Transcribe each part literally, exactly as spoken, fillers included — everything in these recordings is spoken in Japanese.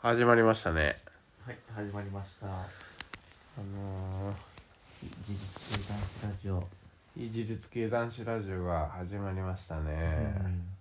始まりましたね。 はい、始まりました。 あの事実系男子ラジオ。 ー、いじりつ系男子ラジオが始まりましたね。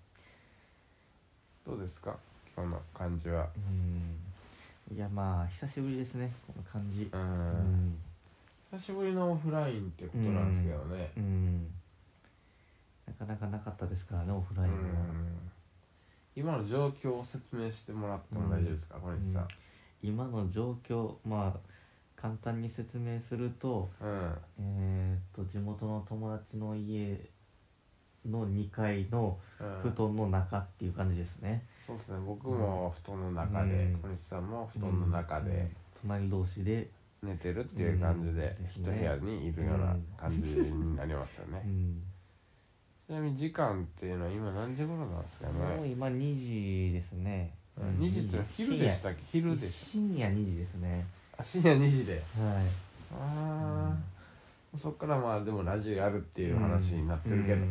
どうですか今日の感じは。 うん。いやまあ久しぶりですね、この感じ。 ううんん。 久しぶりのオフラインってことなんですけどね。 うん。なかなかなかったですからね、オフラインは。 今の状況を説明してもらっても大丈夫ですか、小西さん。 今の状況、まあ簡単に説明すると、 うん。 えーっと地元の友達の家のにかいのうん布団の中っていう感じですね。 そうですね。僕も布団の中で、 うん小西さんも布団の中でうんうん隣同士で、 寝てるっていう感じでうん一部屋にいるような感じになりますよね。 うんちなみに時間っていうのは今何時頃なんですかね。 もう今にじですね。 うんにじってのは昼でしたっけ。昼でした深夜にじですね。 あ深夜にじで。 はい。 ああ、そっからまあでもラジオやるっていう話になってるけど、うんうん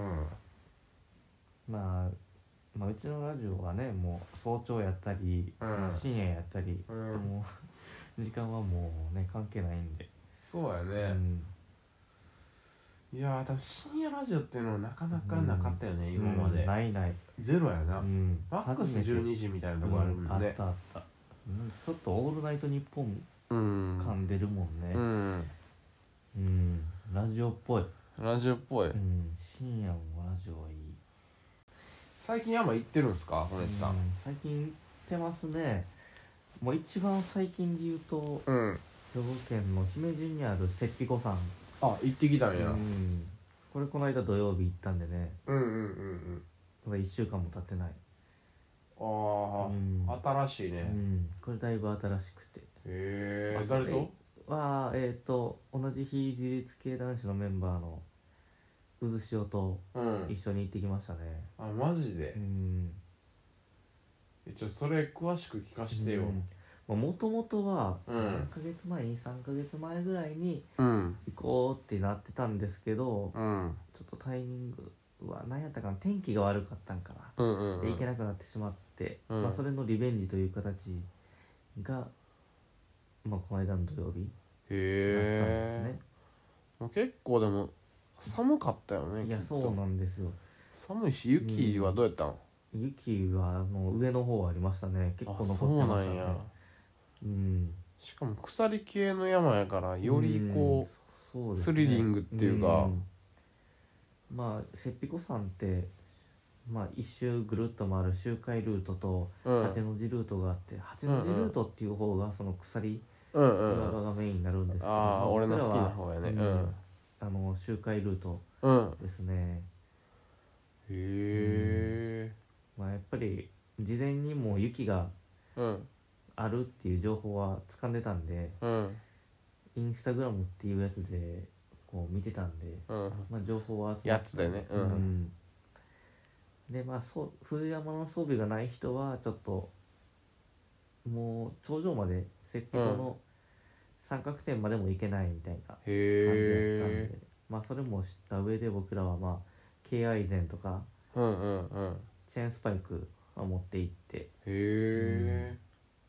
まあ、まあうちのラジオはね、もう早朝やったり、 うんまあ深夜やったり、 うんもう時間はもうね関係ないんで。 そうやうね、 んいやー多分深夜ラジオっていうのはなかなかなかったよね、今まで、 うんないない。 ゼロやな、 うんマックス初めてじゅうにじみたいなとこあるもんね、 うんあったあった。うんちょっとオールナイトニッポンうん感出るもんね。 うんうんラジオっぽい。 ラジオっぽい、 うん、深夜もラジオはいい。 最近山行ってるんすか小西さん。 うん最近行ってますね。もう一番最近で言うとうん兵庫県の姫路にある雪庇湖山。 あ行ってきたんや、 ううん、 んこれこの間土曜日行ったんでね、 うんうんうんまだいっしゅうかんも経ってない。 ああ、 うん新しいね、 うんこれだいぶ新しくて、 へえ、 まあ誰とはえっ、ー、と同じ非自立系男子のメンバーの渦潮とうん一緒に行ってきましたね。 あマジで、 うんえちょそれ詳しく聞かしてよ。 もともとはうん何ヶ月前にさんかげつまえぐらいにうん行こうってなってたんですけど、 うんちょっとタイミングは何やったかな、天気が悪かったんかな、 うんうんで行けなくなってしまって、 うんまあ、それのリベンジという形が、まあ、この間の土曜日だったんですへね。 え、結構でも寒かったよね。 いやきっとそうなんですよ。 寒いし、雪はどうやったん？ 雪はあの上の方ありましたね。結構あ、 残そってましたね。 うなんや。 うんしかも鎖系の山やからよりこう、 うんそうですね、 スリリングっていうか、 うんまあ雪庇湖山ってまあ一周ぐるっと回る周回ルートとうん八の字ルートがあって、八の字ルートっていう方がその鎖うんうん岩場がメインになるんですけど、 ああま俺の好きな僕らは方やね。 ううんんあの周回ルートうんですね。 へえまあやっぱり事前にもう雪がうんあるっていう情報は掴んでたんで、 うんインスタグラムっていうやつでこう見てたんで、 うんまあ、情報はやつでねうんうんでまあそう冬山の装備がない人はちょっともう頂上まで雪庇湖の三角点までも行けないみたいな感じだったんで、 へえまあそれも知った上で僕らはまあケーアイゼンとかうんうんうんチェーンスパイクは持って行って、 へえ、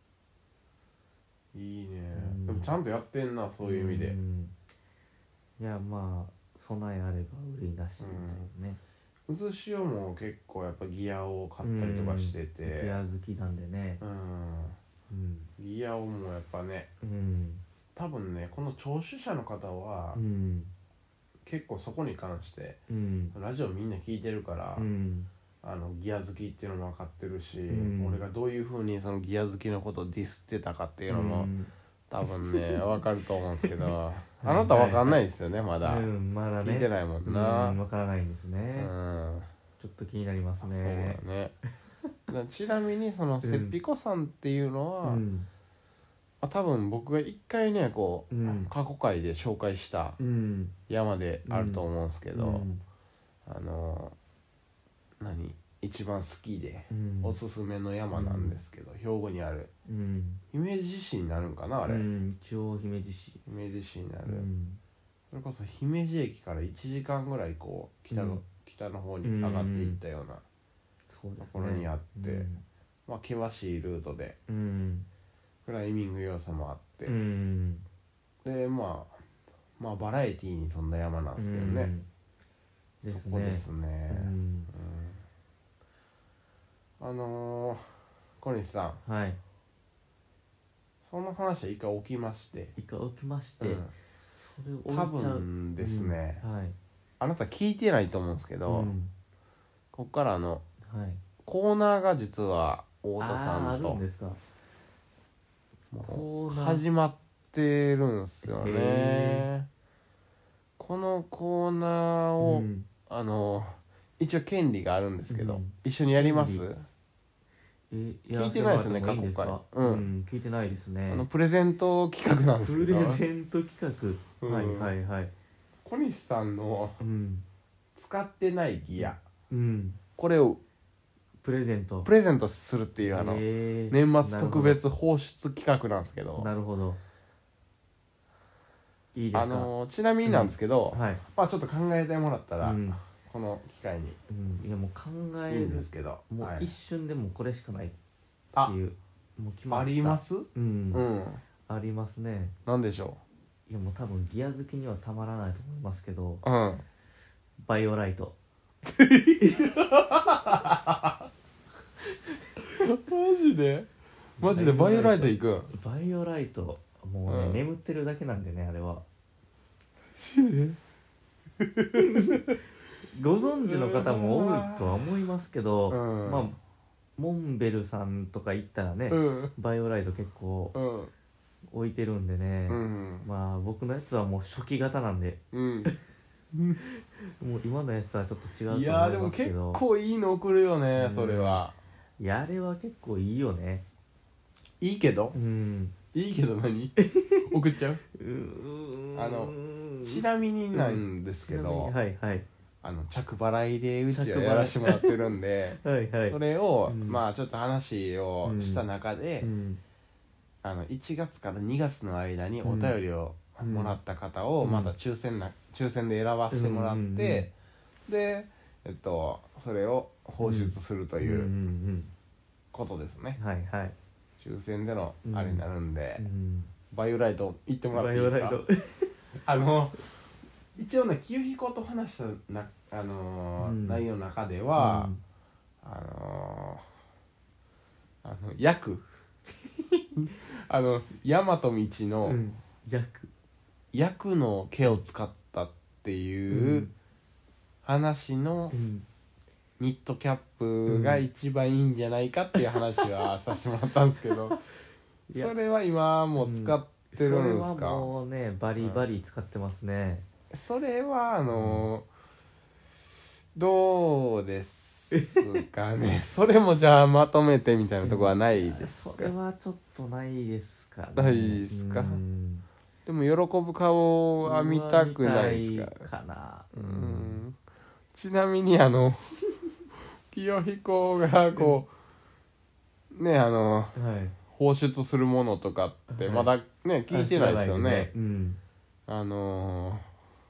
いいね、 うんでもちゃんとやってんな、そういう意味で。 んいやまあ備えあれば憂いなしみたいなね。 渦潮も結構やっぱギアを買ったりとかしてて、 ギア好きなんでね。 うんうんギアをもうやっぱね、 うん多分ねこの聴取者の方はうん結構そこに関してうんラジオみんな聞いてるから、 うんあのギア好きっていうのも分かってるし、 うん俺がどういう風にそのギア好きのことをディスってたかっていうのも、 うん多分ね分かると思うんですけどあなた分かんないですよね、まだ、 うんまだね聞いてないもんな。 うんわからないんですうね。 んちょっと気になりますそうね。 だねだちなみにその雪庇湖山っていうのは、 うんあ多分僕が一回ねこう、 うん過去回で紹介したうん山であると思うんですけど、 うんあの何一番好きで、 うんおすすめの山なんですけど、兵庫にあるうん姫路市になるんかなあれ、 うん一応姫路市。 姫路市になる、 うんそれこそ姫路駅からいちじかんぐらいこう北の、 うん北の方に上がっていったようなそうですね。 ところにあって、 うんまあ険しいルートでうんクライミング要素もあって、 うんでまあまあバラエティーに富んだ山なんですけどね、 うんですねそこですね、 うんうん、あのー、小西さん、 はいその話は一回起きまして、 一回起きまして、 うん、 それを置いちゃ多う分ですね、 うん、はいあなた聞いてないと思うんですけど、 うん、 こっからあのはいコーナーが実は太田さあーあんとるんですかもうコーナー始まってるんすよへね。このコーナーを、 うんあの一応権利があるんですけど、 うん一緒にやります？ 権え聞いてないですねやらせてもらってもいいんですか？ 過去回、 ううんん聞いてないですね。 あのプレゼント企画なんですプけど、 レゼント企画、 うんはいはいはい小西さんのうん使ってないギア、 うんこれをプレゼントプレゼントするっていうあの、 へー年末特別放出企画なんですけど、 なるほどいいですか？ あのちなみになんですけど、 はいまあちょっと考えてもらったら、 うんこの機会にうんいやもう考えいいんるですけど、 もうはい一瞬でもうこれしかないってあいうもう決まったあります？ うん、 うんありますね。 なんでしょいやもう多分ギア好きにはたまらないと思いますけどう。うんバイオライトマジでマジでバイオライト行くん？ バイオライトもうね、 うん眠ってるだけなんでねあれはマジでご存知の方も多いとは思いますけど、 うんまあモンベルさんとか行ったらね、 うんバイオライト結構うん置いてるんでね、 うんまあ僕のやつはもう初期型なんでうんもう今のやつとはちょっと違うと思いいやーでも結ますけど構いいの送るよね、 うんそれは。 いやあれは結構いいよねいいけどうんいいけど何送っちゃう？ うーんあのちなみになんですけちなみにど、 はいはいあの着払いでうちは着払いやらせてもらってるんではいはいそれを、 うんまあちょっと話をした中で、 うんあのいちがつからにがつの間にお便りをうんもらった方をうんまた抽選な抽選で選ばせてもらって、 うんうんうんでえっとそれを放出するとうんういうんことですね、 はいはい抽選でのあれになるんで、 うんバイオライト行ってもらっていいですか？ バイオライトあの一応ね清彦と話したな、あのーうん内容の中では、 うんあのー、あの薬あの大和道のうん役薬の毛を使ったっていうう話のうんニットキャップが一番いいんじゃないかっていう話はさせてもらったんですけどいやそれは今もう使ってるんですそれはか？ もうねバリバリ使ってますね、 それはあのー、どうですかねそれもじゃあまとめてみたいなとこはないですか？ それはちょっとないですかねないですかうんでも喜ぶ顔は見たくないですか？ 見たいかなうーんちなみにあの清彦がこうねあのはい放出するものとかってはいまだね聞いてないですよね、 知らでうんあの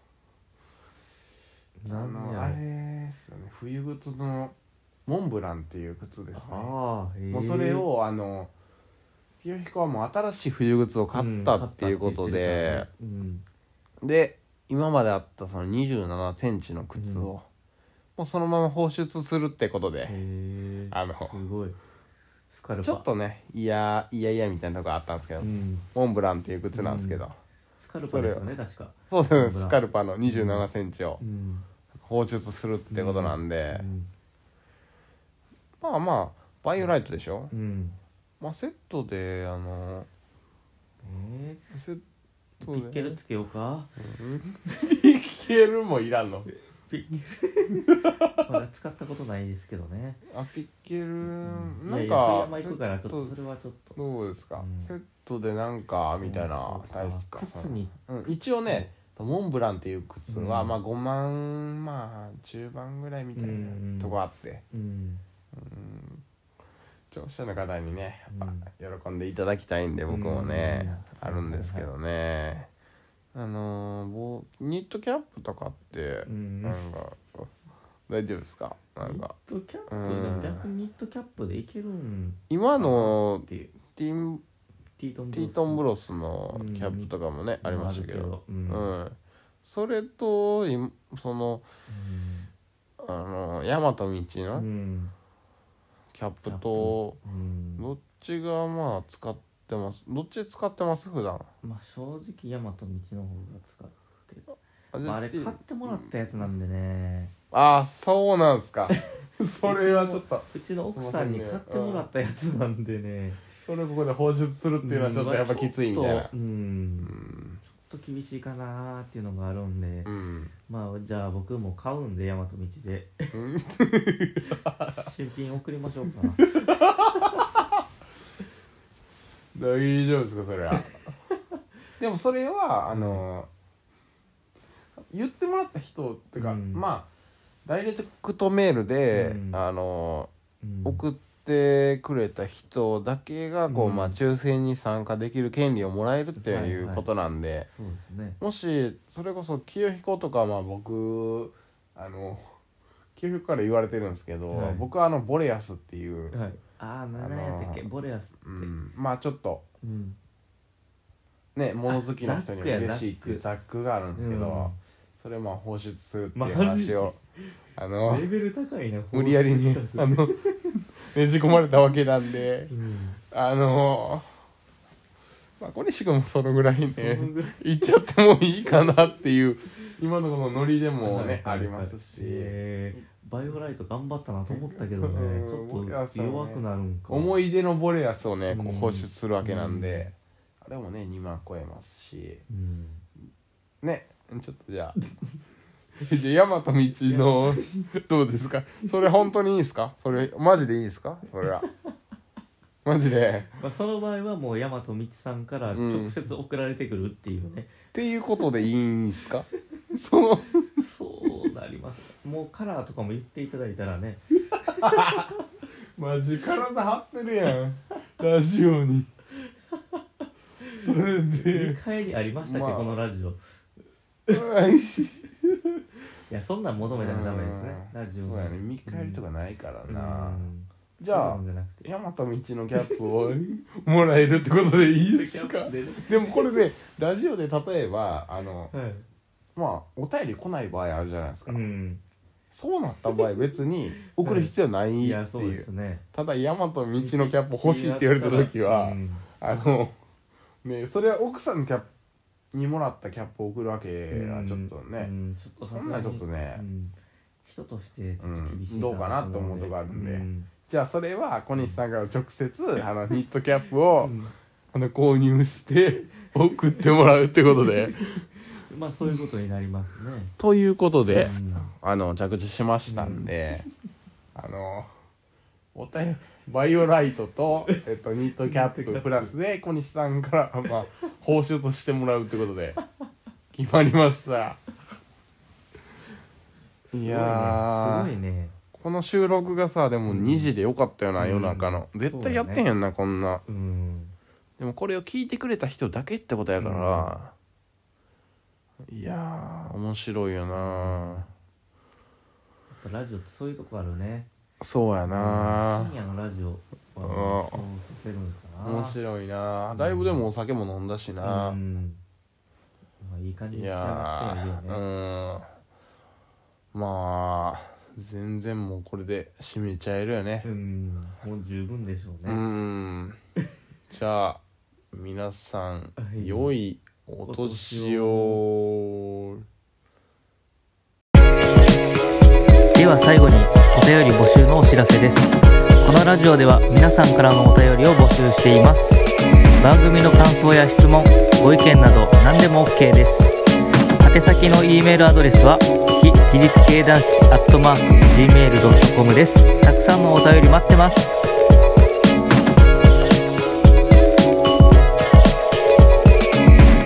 ー、あなんやのあれですよね冬靴のモンブランっていう靴ですねああ、へえもうそれをあの清彦はもう新しい冬靴を買ったっていうことで、 うんで今まであったそのにじゅうななセンチの靴を、 うんもうそのまま放出するってことで、 へえあのすごいスカルパちょっとねいやいやいやみたいなとこあったんですけど、 うんモンブランっていう靴なんですけど、 うんスカルパですよね確かそうですモンブランスカルパのにじゅうななセンチをうん放出するってことなんで、 うんまあまあバイオライトでしょ、 うんまあセットであのえセッー、 トでピッケルつけようかピッケルもいらんの？ ピまだ使ったことないですけどねあピッケル、 いやいやなんか冬山行くからちょっとそれはちょっとどうですか、 うんセットでなんかみたいなそうかないですか？ 靴にうん、一応ねモンブランっていう靴は、 うんまあごまんまあ中盤ぐらいみたいなとこあって、 うんうん、聴者の方にねやっぱ喜んでいただきたいんで僕もね、 うんあるんですけどね、あのー、ぼニットキャップとかってうんなんか大丈夫ですか？ なんかニットキャップ、 うん逆にニットキャップでいけるん今のっていうティンティートンティートンブロスのキャップとかもね、 うんありましたけど、 ううんん、それといそのあの大和道うのんキャップとうんどっちがまあ使ってますどっち使ってます普段まあ正直大和道の方が使ってる、 あまあ、あれ買ってもらったやつなんでね、 ああそうなんすかそれはちょっとうちの奥さんに買ってもらったやつなんでね、 それをここで放出するっていうのはちょっとやっぱきついみたいなうん、うんちょっと厳しいかなーっていうのがあるんで、 うん、 まあじゃあ僕も買うんで大和道でうん新品送りましょうかな大丈夫ですかそれはでもそれはあの言ってもらった人っていうか、 うん、 まあダイレクトメールで、うん、あの、うん、送ってくれた人だけがこう、うん、まあ抽選に参加できる権利をもらえるっていうことなんで、はいはい、 そうですね、 もしそれこそ清彦とかまあ僕あの清彦から言われてるんですけど、はい、僕はあのボレアスっていう、 はい、ああ何やったっけボレアスって、 うん、まあちょっと、 うん、 ね物好きな人に嬉しいっていうザックがあるんですけど、うん、それまあ放出するっていう話をあのレベル高いな無理やりにあのねじ込まれたわけなんで、うん、あのまあ小西君もそのぐらいね言っちゃってもいいかなっていう今のこのノリでもね、はいはいはい、ありますし、 えー、バイオライト頑張ったなと思ったけどねちょっと弱くなるんか、 思い出のボレアスをねこう放出するわけなんで、うん、あれもねにまん超えますし、うん、ねちょっとじゃあじゃあ大和道のどうですかそれ本当にいいですかそれマジでいいですかそれはマジで、 まあ、その場合はもう大和道さんから直接送られてくるっていうね、うん、 っていうことでいいんですかそのそうなりますもうカラーとかも言っていただいたらねマジ体張ってるやんラジオにそれでにかいにありましたっけ、まあ、このラジオいやそんなん求めたらダメですねラジオそうやね見返りとかないからな、うん、じゃあ大和道のキャップをもらえるってことでいいですかで, ね、でもこれでラジオで例えばあの、はい、まあお便り来ない場合あるじゃないですか、うん、そうなった場合別に送る必要ないっていう、はい、いやそうですね、ただ大和道のキャップ欲しいって言われた時は、うん、あのねそれは奥さんのキャップにもらったキャップを送るわけはちょっとね、うん、ちょっとそんなちょっとね、うん、 人としてちょっと厳しい、 うん、どうかなと思うとこあるんで、うん、じゃあそれは小西さんから直接あのニットキャップを、うん、あの購入して送ってもらうってことでまあそういうことになりますねということで、うん、あの着地しましたんで、うん、あのお便りバイオライトと、えっと、ニットキャッププラスで小西さんから、まあ、報酬としてもらうってことで決まりましたいやーすごいねこの収録がさでもにじでよかったよな、うん、夜中の絶対やってへんな、ね、こんな、うん、でもこれを聞いてくれた人だけってことやから、うん、いやー面白いよなラジオってそういうとこあるねそうやな深夜のラジオはそうさせるんかな面白いなだいぶでもお酒も飲んだしな、うんまあ、いい感じに仕上がってはいるよねうんまあ全然もうこれで締めちゃえるよねうんもう十分でしょうねうんじゃあ皆さん、はい、良いお年をでは最後にお便り募集のお知らせです。このラジオでは皆さんからのお便りを募集しています。番組の感想や質問、ご意見など何でも OK です。宛先の E メールアドレスは非自立系男子アットマーク ジーメールドットコム です。たくさんのお便り待ってます。